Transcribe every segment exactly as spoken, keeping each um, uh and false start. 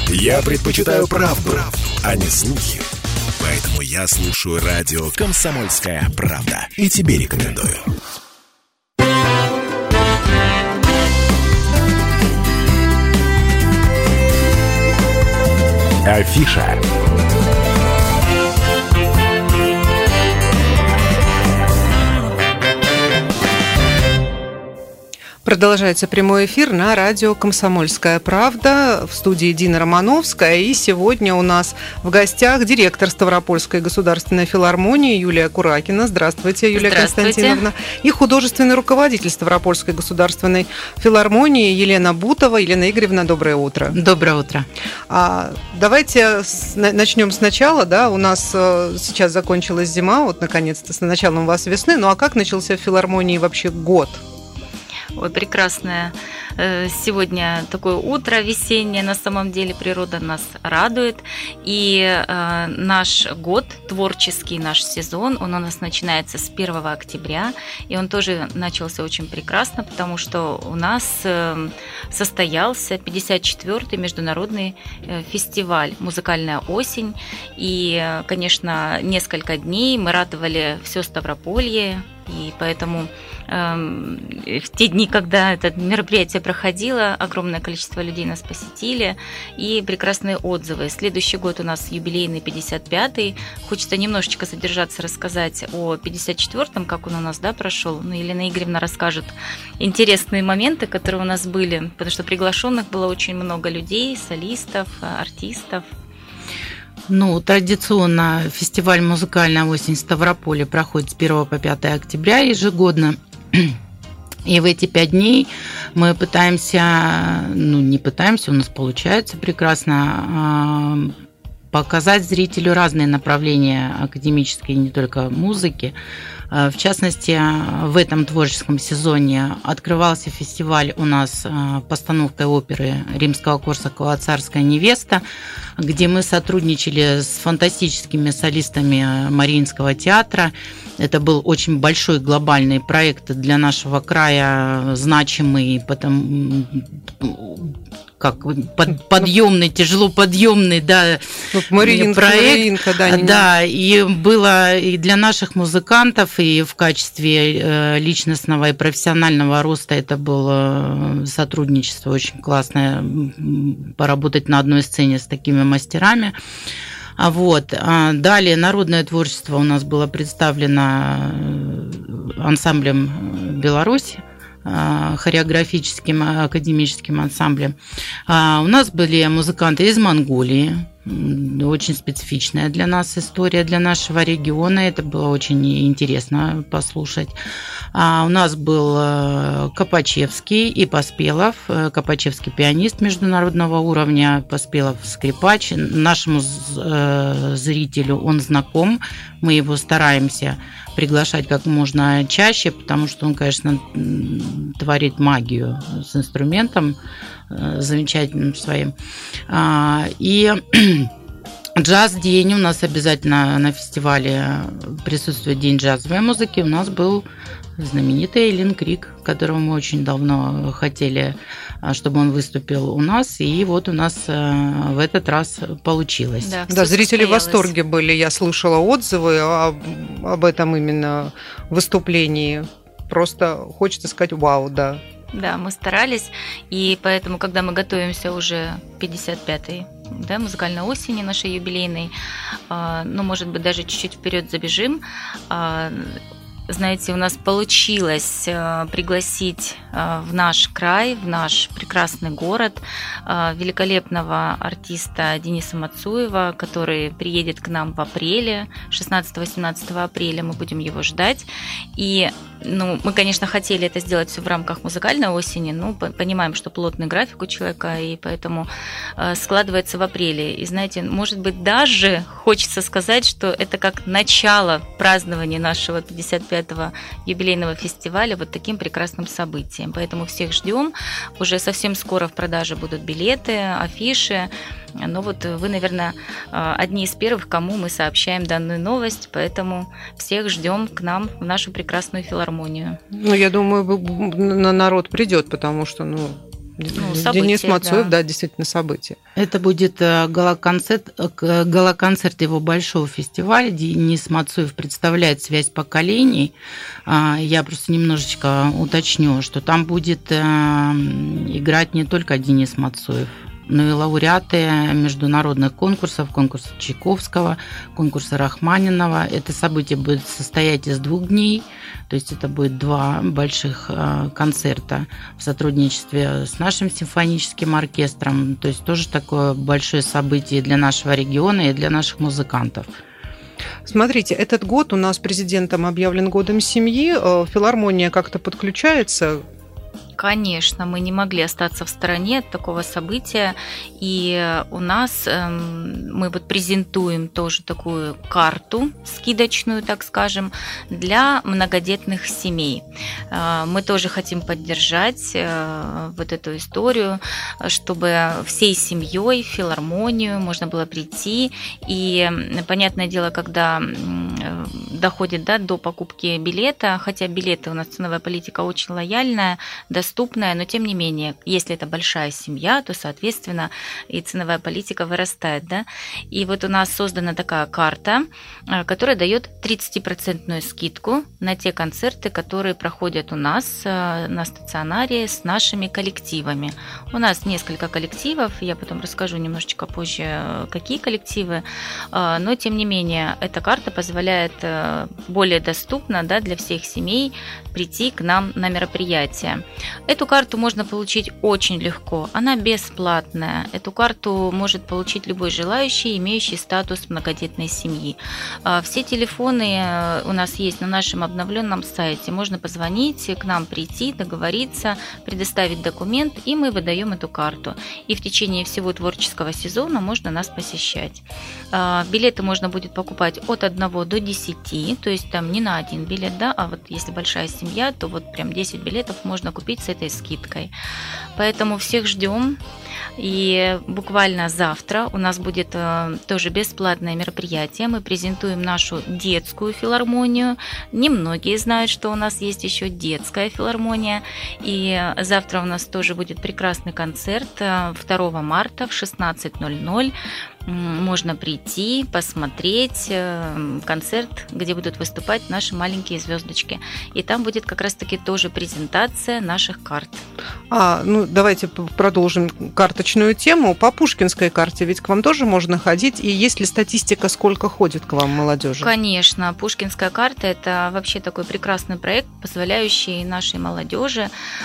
Я предпочитаю правду, правду, а не слухи. Поэтому я слушаю радио «Комсомольская правда». И тебе рекомендую. Афиша. Продолжается прямой эфир на радио «Комсомольская правда», в студии Дина Романовская. И сегодня у нас в гостях директор Ставропольской государственной филармонии Юлия Куракина. Здравствуйте, Юлия Здравствуйте. Константиновна. И художественный руководитель Ставропольской государственной филармонии Елена Бутова. Елена Игоревна, доброе утро. Доброе утро. А, давайте с, начнем сначала. Да? У нас а, сейчас закончилась зима, вот наконец-то, с началом у вас весны. Ну а как начался в филармонии вообще год? Ой, прекрасное. Сегодня такое утро весеннее, на самом деле природа нас радует. И э, наш год, творческий наш сезон, он у нас начинается с первого октября. И он тоже начался очень прекрасно, потому что у нас э, состоялся пятьдесят четвёртый международный э, фестиваль «Музыкальная осень». И, конечно, несколько дней мы радовали все Ставрополье. И поэтому э, в те дни, когда это мероприятие проходило, огромное количество людей нас посетили и прекрасные отзывы. Следующий год у нас юбилейный пятьдесят пятый. Хочется немножечко задержаться, рассказать о пятьдесят четвёртом, как он у нас, да, прошел. Ну, Елена Игоревна расскажет интересные моменты, которые у нас были, потому что приглашенных было очень много людей, солистов, артистов. Ну, традиционно фестиваль «Музыкальная осень» в Ставрополе проходит с первого по пятое октября ежегодно. И в эти пять дней мы пытаемся, ну, не пытаемся, у нас получается прекрасно, показать зрителю разные направления академической и не только музыки. В частности, в этом творческом сезоне открывался фестиваль у нас постановкой оперы Римского-Корсакова «Царская невеста», где мы сотрудничали с фантастическими солистами Мариинского театра. Это был очень большой глобальный проект для нашего края, значимый, потому как под, подъемный, тяжело подъемный, да, вот Мариинка, проект. Мариинка, да, не да, и было и для наших музыкантов, и в качестве личностного и профессионального роста это было сотрудничество очень классное, поработать на одной сцене с такими мастерами. Вот. Далее народное творчество у нас было представлено ансамблем «Беларусь», хореографическим академическим ансамблем. У нас были музыканты из Монголии. Очень специфичная для нас история, для нашего региона. Это было очень интересно послушать. У нас был Копачевский и Поспелов. Копачевский пианист международного уровня, Поспелов скрипач. Нашему зрителю он знаком. Мы его стараемся приглашать как можно чаще, потому что он, конечно, творит магию с инструментом замечательным своим. И джаз-день у нас обязательно на фестивале присутствует день джазовой музыки. У нас был знаменитый Эллен Крик, которого мы очень давно хотели, чтобы он выступил у нас, и вот у нас в этот раз получилось. Да, да, зрители в восторге были, я слышала отзывы об, об этом именно выступлении. Просто хочется сказать вау, да. Да, мы старались, и поэтому, когда мы готовимся уже к пятьдесят пятой, да, музыкальной осени нашей юбилейной, ну, может быть, даже чуть-чуть вперед забежим. Знаете, у нас получилось пригласить в наш край, в наш прекрасный город великолепного артиста Дениса Мацуева, который приедет к нам в апреле, шестнадцатого-семнадцатого апреля, мы будем его ждать. И, ну, мы, конечно, хотели это сделать все в рамках музыкальной осени, но понимаем, что плотный график у человека, и поэтому складывается в апреле. И, знаете, может быть, даже хочется сказать, что это как начало празднования нашего пятьдесят пятого юбилейного фестиваля вот таким прекрасным событием. Поэтому всех ждем. Уже совсем скоро в продаже будут билеты, афиши. Но вот вы, наверное, одни из первых, кому мы сообщаем данную новость, поэтому всех ждем к нам в нашу прекрасную филармонию. Ну, я думаю, народ придет, потому что, ну, ну, событие, Денис Мацуев, да. да, действительно событие. Это будет гала-концерт, гала-концерт его большого фестиваля. Денис Мацуев представляет «Связь поколений». Я просто немножечко уточню, что там будет играть не только Денис Мацуев, но и лауреаты международных конкурсов, конкурса Чайковского, конкурса Рахманинова. Это событие будет состоять из двух дней, то есть это будет два больших концерта в сотрудничестве с нашим симфоническим оркестром. То есть тоже такое большое событие для нашего региона и для наших музыкантов. Смотрите, этот год у нас президентом объявлен годом семьи. Филармония как-то подключается? Конечно, мы не могли остаться в стороне от такого события, и у нас мы вот презентуем тоже такую карту скидочную, так скажем, для многодетных семей. Мы тоже хотим поддержать вот эту историю, чтобы всей семьей в филармонию можно было прийти, и понятное дело, когда доходит, да, до покупки билета, хотя билеты у нас ценовая политика очень лояльная, доступная, но тем не менее, если это большая семья, то, соответственно, и ценовая политика вырастает, да. И вот у нас создана такая карта, которая дает тридцатипроцентную скидку на те концерты, которые проходят у нас на стационаре с нашими коллективами. У нас несколько коллективов, я потом расскажу немножечко позже, какие коллективы, но, тем не менее, эта карта позволяет более доступно, да, для всех семей прийти к нам на мероприятие. Эту карту можно получить очень легко, она бесплатная. Эту карту может получить любой желающий, имеющий статус многодетной семьи. Все телефоны у нас есть на нашем обновленном сайте. Можно позвонить, к нам прийти, договориться, предоставить документ, и мы выдаем эту карту. И в течение всего творческого сезона можно нас посещать. Билеты можно будет покупать от одного до десяти, то есть там не на один билет, да, а вот если большая семья, то вот прям десять билетов можно купить с этой скидкой. Поэтому всех ждем. И буквально завтра у нас будет тоже бесплатное мероприятие. Мы презентуем нашу детскую филармонию. Немногие знают, что у нас есть еще детская филармония. И завтра у нас тоже будет прекрасный концерт второго марта в шестнадцать ноль ноль. Можно прийти, посмотреть концерт, где будут выступать наши маленькие звездочки. И там будет как раз-таки тоже презентация наших карт. А, ну, давайте продолжим карточную тему. По Пушкинской карте ведь к вам тоже можно ходить. И есть ли статистика, сколько ходит к вам молодежи? Конечно. Пушкинская карта – это вообще такой прекрасный проект, позволяющий нашей молодежи,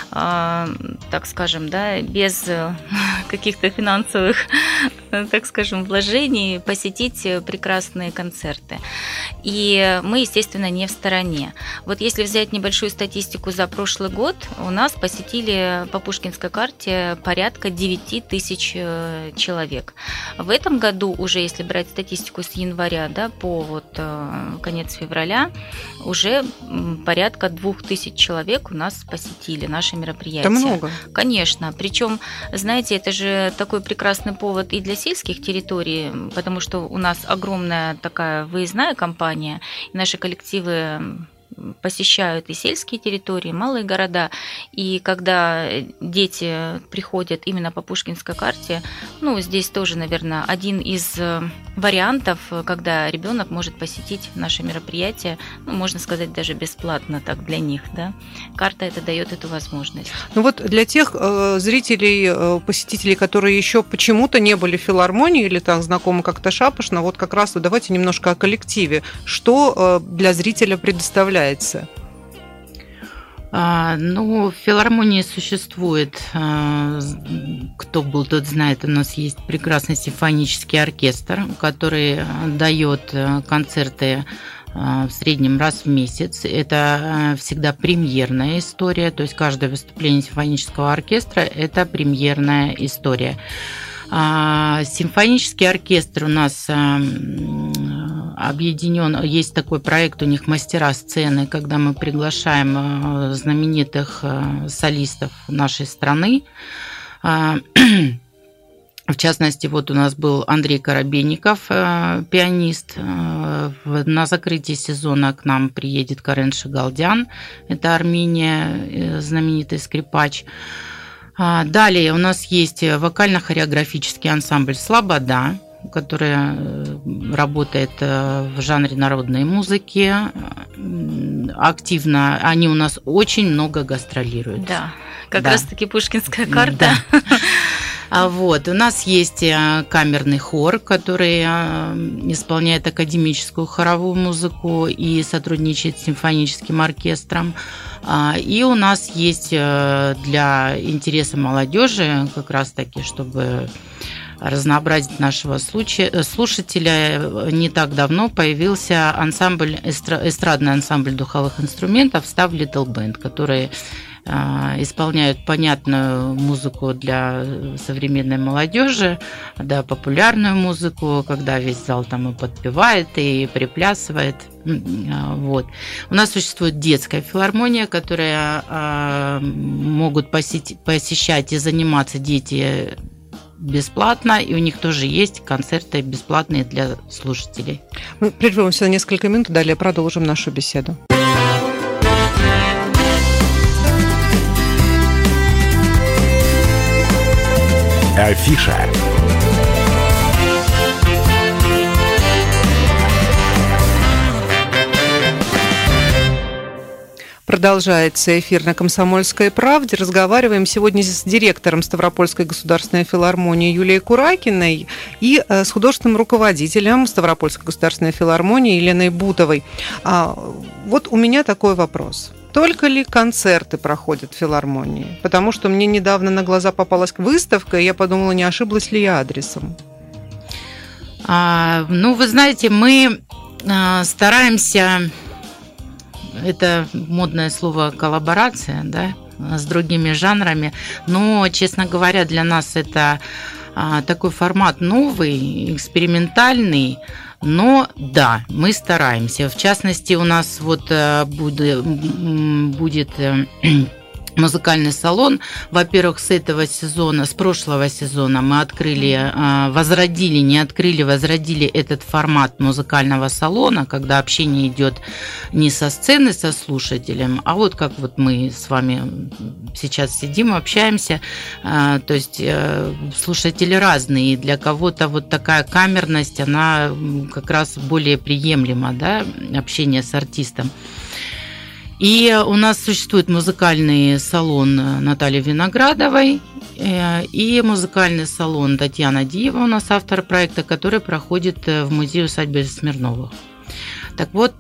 так скажем, да, без каких-то финансовых, так скажем, вложений посетить прекрасные концерты. И мы, естественно, не в стороне. Вот если взять небольшую статистику за прошлый год, у нас посетили по Пушкинской карте порядка девять тысяч человек. В этом году уже, если брать статистику с января, да, по вот конец февраля, уже порядка двух тысяч человек у нас посетили наше мероприятие. Это много. Конечно. Причем, знаете, это же такой прекрасный повод и для сельских территорий, потому что у нас огромная такая выездная кампания, и наши коллективы посещают и сельские территории, малые города. И когда дети приходят именно по Пушкинской карте, ну, здесь тоже, наверное, один из вариантов, когда ребенок может посетить наше мероприятие, ну, можно сказать, даже бесплатно так для них, да. Карта это дает эту возможность. Ну вот для тех э, зрителей, э, посетителей, которые еще почему-то не были в филармонии или так знакомы как-то шапошно, вот как раз давайте немножко о коллективе. Что э, для зрителя предоставляется? А, ну, в филармонии существует, кто был, тот знает, у нас есть прекрасный симфонический оркестр, который дает концерты в среднем раз в месяц. Это всегда премьерная история, то есть каждое выступление симфонического оркестра – это премьерная история. Симфонический оркестр у нас объединен, есть такой проект у них «Мастера сцены», когда мы приглашаем знаменитых солистов нашей страны. В частности, вот у нас был Андрей Коробейников, пианист. На закрытие сезона к нам приедет Карен Шагалдян, это Армения, знаменитый скрипач. Далее у нас есть вокально-хореографический ансамбль «Слобода», который работает в жанре народной музыки. Активно они у нас очень много гастролируют. Да, как да. раз-таки пушкинская карта. Да. А вот, у нас есть камерный хор, который исполняет академическую хоровую музыку и сотрудничает с симфоническим оркестром. И у нас есть для интереса молодежи, как раз-таки, чтобы разнообразить нашего слушателя, не так давно появился ансамбль, эстрадный ансамбль духовых инструментов «Став Little Band», который исполняют понятную музыку для современной молодежи, да, популярную музыку, когда весь зал там и подпевает, и приплясывает. Вот. У нас существует детская филармония, которая могут посещать и заниматься дети бесплатно, и у них тоже есть концерты бесплатные для слушателей. Мы прервемся на несколько минут, далее продолжим нашу беседу. Афиша. Продолжается эфир на «Комсомольской правде». Разговариваем сегодня с директором Ставропольской государственной филармонии Юлией Куракиной и с художественным руководителем Ставропольской государственной филармонии Еленой Бутовой. Вот у меня такой вопрос. Только ли концерты проходят в филармонии? Потому что мне недавно на глаза попалась выставка, и я подумала, не ошиблась ли я адресом. А, ну, вы знаете, мы а, стараемся, это модное слово коллаборация, да, с другими жанрами, но, честно говоря, для нас это а, такой формат новый, экспериментальный. Но да, мы стараемся. В частности, у нас вот будет, будет музыкальный салон. Во-первых, с этого сезона, с прошлого сезона мы открыли, возродили, не открыли, возродили этот формат музыкального салона, когда общение идет не со сцены со слушателем, а вот как вот мы с вами сейчас сидим, общаемся. То есть слушатели разные, и для кого-то вот такая камерность, она как раз более приемлема, да, общение с артистом. И у нас существует музыкальный салон Натальи Виноградовой и музыкальный салон Татьяна Диева, у нас автор проекта, который проходит в музее усадьбы Смирновых. Так вот,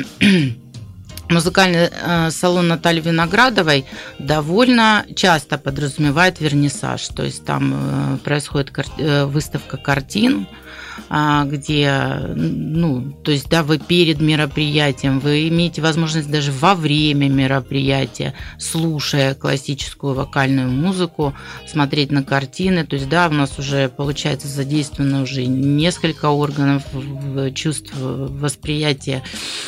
музыкальный салон Натальи Виноградовой довольно часто подразумевает вернисаж, то есть там происходит выставка картин, где, ну, то есть, да, вы перед мероприятием, вы имеете возможность даже во время мероприятия, слушая классическую вокальную музыку, смотреть на картины, то есть, да, у нас уже, получается, задействовано уже несколько органов чувств, восприятия,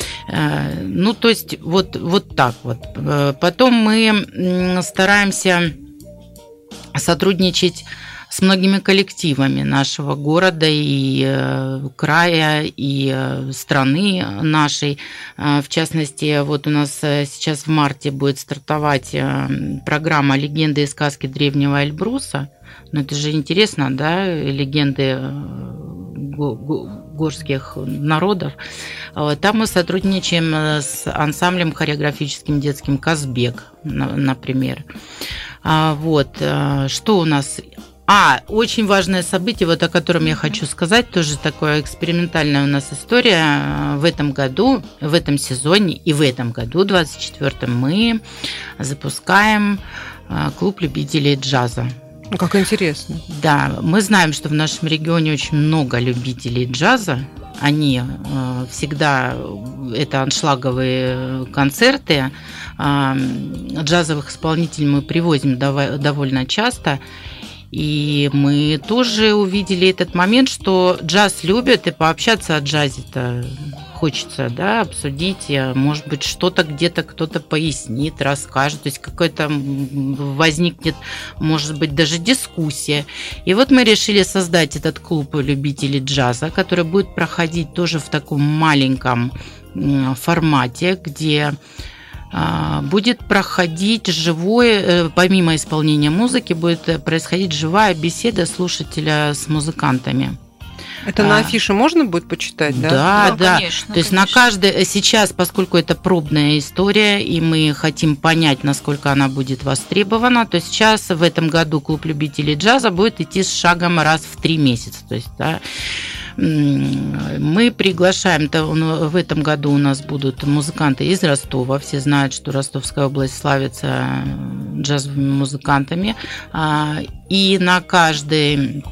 ну, то есть, вот, вот так вот. Потом мы стараемся сотрудничать с многими коллективами нашего города и э, края, и э, страны нашей. Э, в частности, вот у нас сейчас в марте будет стартовать э, программа «Легенды и сказки древнего Эльбруса». Ну, это же интересно, да, легенды го- го- горских народов. Там мы сотрудничаем с ансамблем хореографическим детским «Казбек», например. Вот. Что у нас... А, очень важное событие, вот о котором я хочу сказать, тоже такое экспериментальная у нас история. В этом году, в этом сезоне и в этом году, двадцать четвёртом, мы запускаем клуб любителей джаза. Как интересно. Да, мы знаем, что в нашем регионе очень много любителей джаза. Они э, всегда, это аншлаговые концерты. Э, джазовых исполнителей мы привозим дов- довольно часто. И мы тоже увидели этот момент, что джаз любят, и пообщаться о джазе-то хочется, да, обсудить, может быть, что-то где-то кто-то пояснит, расскажет, то есть какой-то возникнет, может быть, даже дискуссия. И вот мы решили создать этот клуб любителей джаза, который будет проходить тоже в таком маленьком формате, где будет проходить живое, помимо исполнения музыки, будет происходить живая беседа слушателя с музыкантами. Это на афише можно будет почитать, да? Да, да. да. Конечно, То есть конечно. на каждой сейчас, поскольку это пробная история, и мы хотим понять, насколько она будет востребована, то сейчас в этом году клуб любителей джаза будет идти с шагом раз в три месяца. То есть, да, мы приглашаем, в этом году у нас будут музыканты из Ростова. Все знают, что Ростовская область славится джазовыми музыкантами. И на каждый,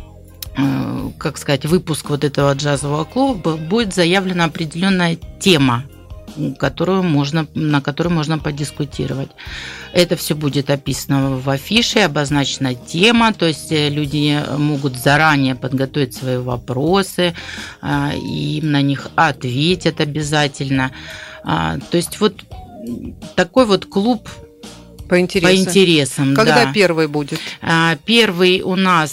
как сказать, выпуск вот этого джазового клуба будет заявлена определенная тема, которую можно, на которую можно подискутировать. Это все будет описано в афише, обозначена тема, то есть люди могут заранее подготовить свои вопросы, и им на них ответят обязательно. То есть вот такой вот клуб По интересам. По интересам, Когда да. первый будет? Первый у нас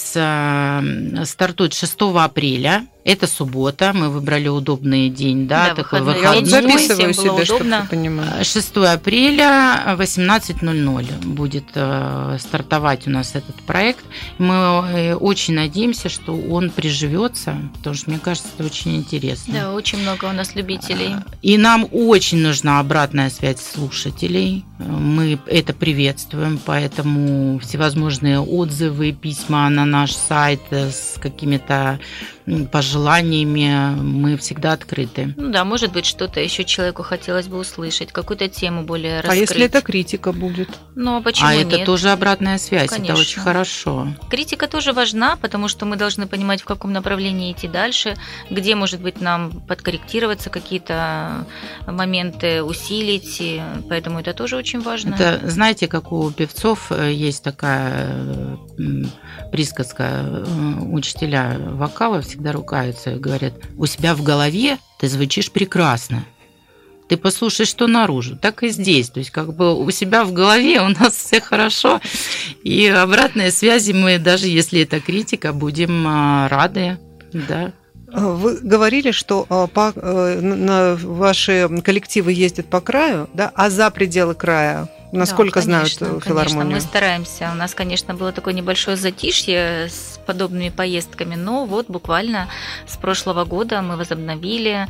стартует шестого апреля. Это суббота, мы выбрали удобный день, да, да такой выходной. Я вот выходной. записываю себе, чтобы удобно. ты понимала. шестого апреля восемнадцать ноль ноль будет стартовать у нас этот проект. Мы очень надеемся, что он приживется, потому что, мне кажется, это очень интересно. Да, очень много у нас любителей. И нам очень нужна обратная связь слушателей. Мы это приветствуем, поэтому всевозможные отзывы, письма на наш сайт с какими-то пожеланиями, мы всегда открыты. Ну да, может быть, что-то еще человеку хотелось бы услышать, какую-то тему более раскрыть. А если это критика будет? Ну, а почему а нет? это тоже обратная связь, Конечно. это очень хорошо. Критика тоже важна, потому что мы должны понимать, в каком направлении идти дальше, где, может быть, нам подкорректироваться, какие-то моменты усилить, и поэтому это тоже очень важно. Это, знаете, как у певцов есть такая присказка, учителя вокала всегда ругаются и говорят: у себя в голове ты звучишь прекрасно. Ты послушай, что наружу. Так и здесь. То есть, как бы у себя в голове у нас все хорошо. И обратной связи мы, даже если это критика, будем рады. Да. Вы говорили, что по, на ваши коллективы ездят по краю, да, а за пределы края, насколько да, конечно, знают филармонию? Конечно, мы стараемся. У нас, конечно, было такое небольшое затишье с подобными поездками, но вот буквально с прошлого года мы возобновили,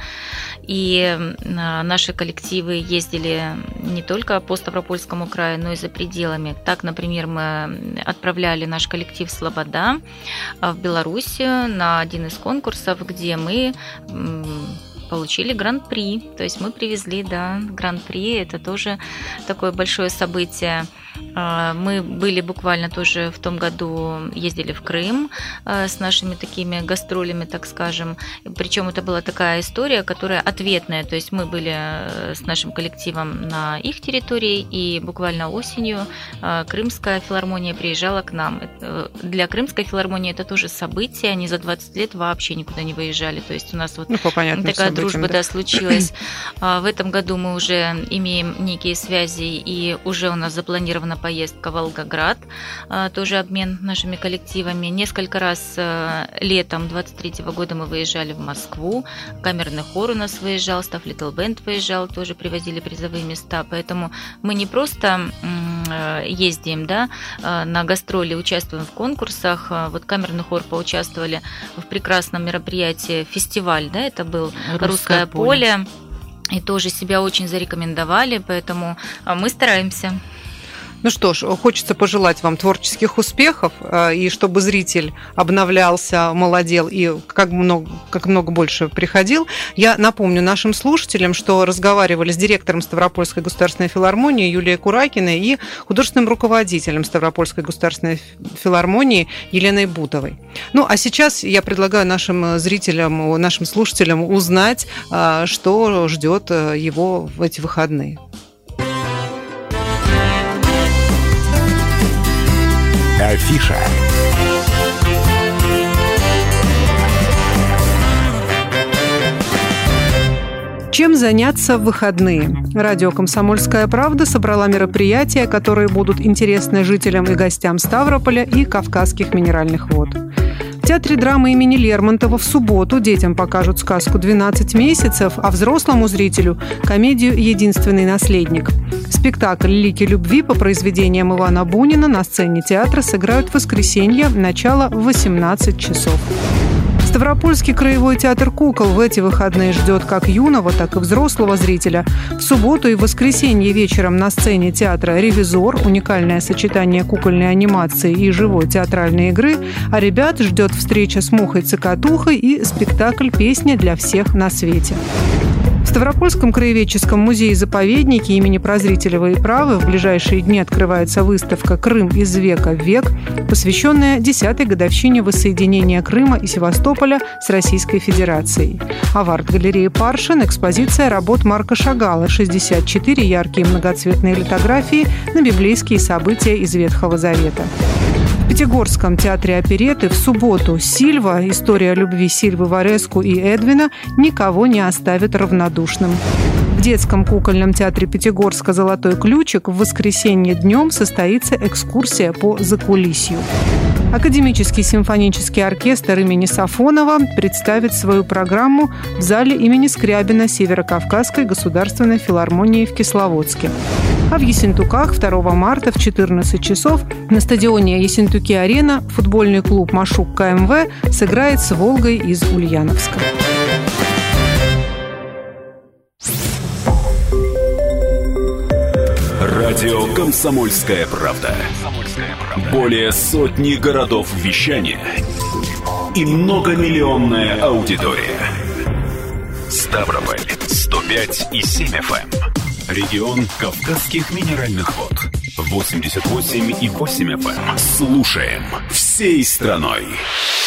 и наши коллективы ездили не только по Ставропольскому краю, но и за пределами. Так, например, мы отправляли наш коллектив «Слобода» в Белоруссию на один из конкурсов, где мы получили гран-при. То есть мы привезли, да, гран-при. Это тоже такое большое событие. Мы были буквально тоже в том году, ездили в Крым с нашими такими гастролями, так скажем. Причем это была такая история, которая ответная. То есть мы были с нашим коллективом на их территории, и буквально осенью Крымская филармония приезжала к нам. Для Крымской филармонии это тоже событие. Они за двадцать лет вообще никуда не выезжали. То есть у нас вот ну, такая дружба, да, да, случилась. В этом году мы уже имеем некие связи, и уже у нас запланирована поездка в Волгоград, тоже обмен нашими коллективами. Несколько раз летом двадцать третьего года мы выезжали в Москву, камерный хор у нас выезжал, Staff Little Band выезжал, тоже привозили призовые места, поэтому мы не просто ездим, да, на гастроли, участвуем в конкурсах. Вот камерный хор поучаствовали в прекрасном мероприятии, фестиваль, да, это был «Русское, Русское поле», поле, и тоже себя очень зарекомендовали, поэтому мы стараемся. Ну что ж, хочется пожелать вам творческих успехов, и чтобы зритель обновлялся, молодел и как много, как много больше приходил. Я напомню нашим слушателям, что разговаривали с директором Ставропольской государственной филармонии Юлией Куракиной и художественным руководителем Ставропольской государственной филармонии Еленой Бутовой. Ну, а сейчас я предлагаю нашим зрителям, нашим слушателям узнать, что ждет его в эти выходные. Афиша. Чем заняться в выходные? Радио «Комсомольская правда» собрала мероприятия, которые будут интересны жителям и гостям Ставрополя и Кавказских минеральных вод. В театре драмы имени Лермонтова в субботу детям покажут сказку «двенадцать месяцев», а взрослому зрителю – комедию «Единственный наследник». Спектакль «Лики любви» по произведениям Ивана Бунина на сцене театра сыграют в воскресенье, начало в восемнадцать часов. Ставропольский краевой театр кукол в эти выходные ждет как юного, так и взрослого зрителя. В субботу и в воскресенье вечером на сцене театра «Ревизор» – уникальное сочетание кукольной анимации и живой театральной игры, а ребят ждет встреча с Мухой-цокотухой и спектакль «Песни для всех на свете». В Ставропольском краеведческом музее-заповеднике имени Прозрителева и Правы в ближайшие дни открывается выставка «Крым из века в век», посвященная десятой годовщине воссоединения Крыма и Севастополя с Российской Федерацией. А в арт-галерее «Паршин» экспозиция работ Марка Шагала, шестьдесят четыре яркие многоцветные литографии на библейские события из Ветхого Завета. В Пятигорском театре оперетты в субботу «Сильва. История любви Сильвы Вареску и Эдвина» никого не оставит равнодушным. В детском кукольном театре Пятигорска «Золотой ключик» в воскресенье днем состоится экскурсия по закулисью. Академический симфонический оркестр имени Сафонова представит свою программу в зале имени Скрябина Северо-Кавказской государственной филармонии в Кисловодске. А в Ессентуках второго марта в четырнадцать часов на стадионе Ессентуки-Арена футбольный клуб «Машук КМВ» сыграет с «Волгой» из Ульяновска. Радио «Комсомольская правда». Более сотни городов вещания и многомиллионная аудитория. Ставрополь сто пять и семь эф эм. Регион Кавказских минеральных вод восемьдесят восемь и восемь эф эм. Слушаем всей страной.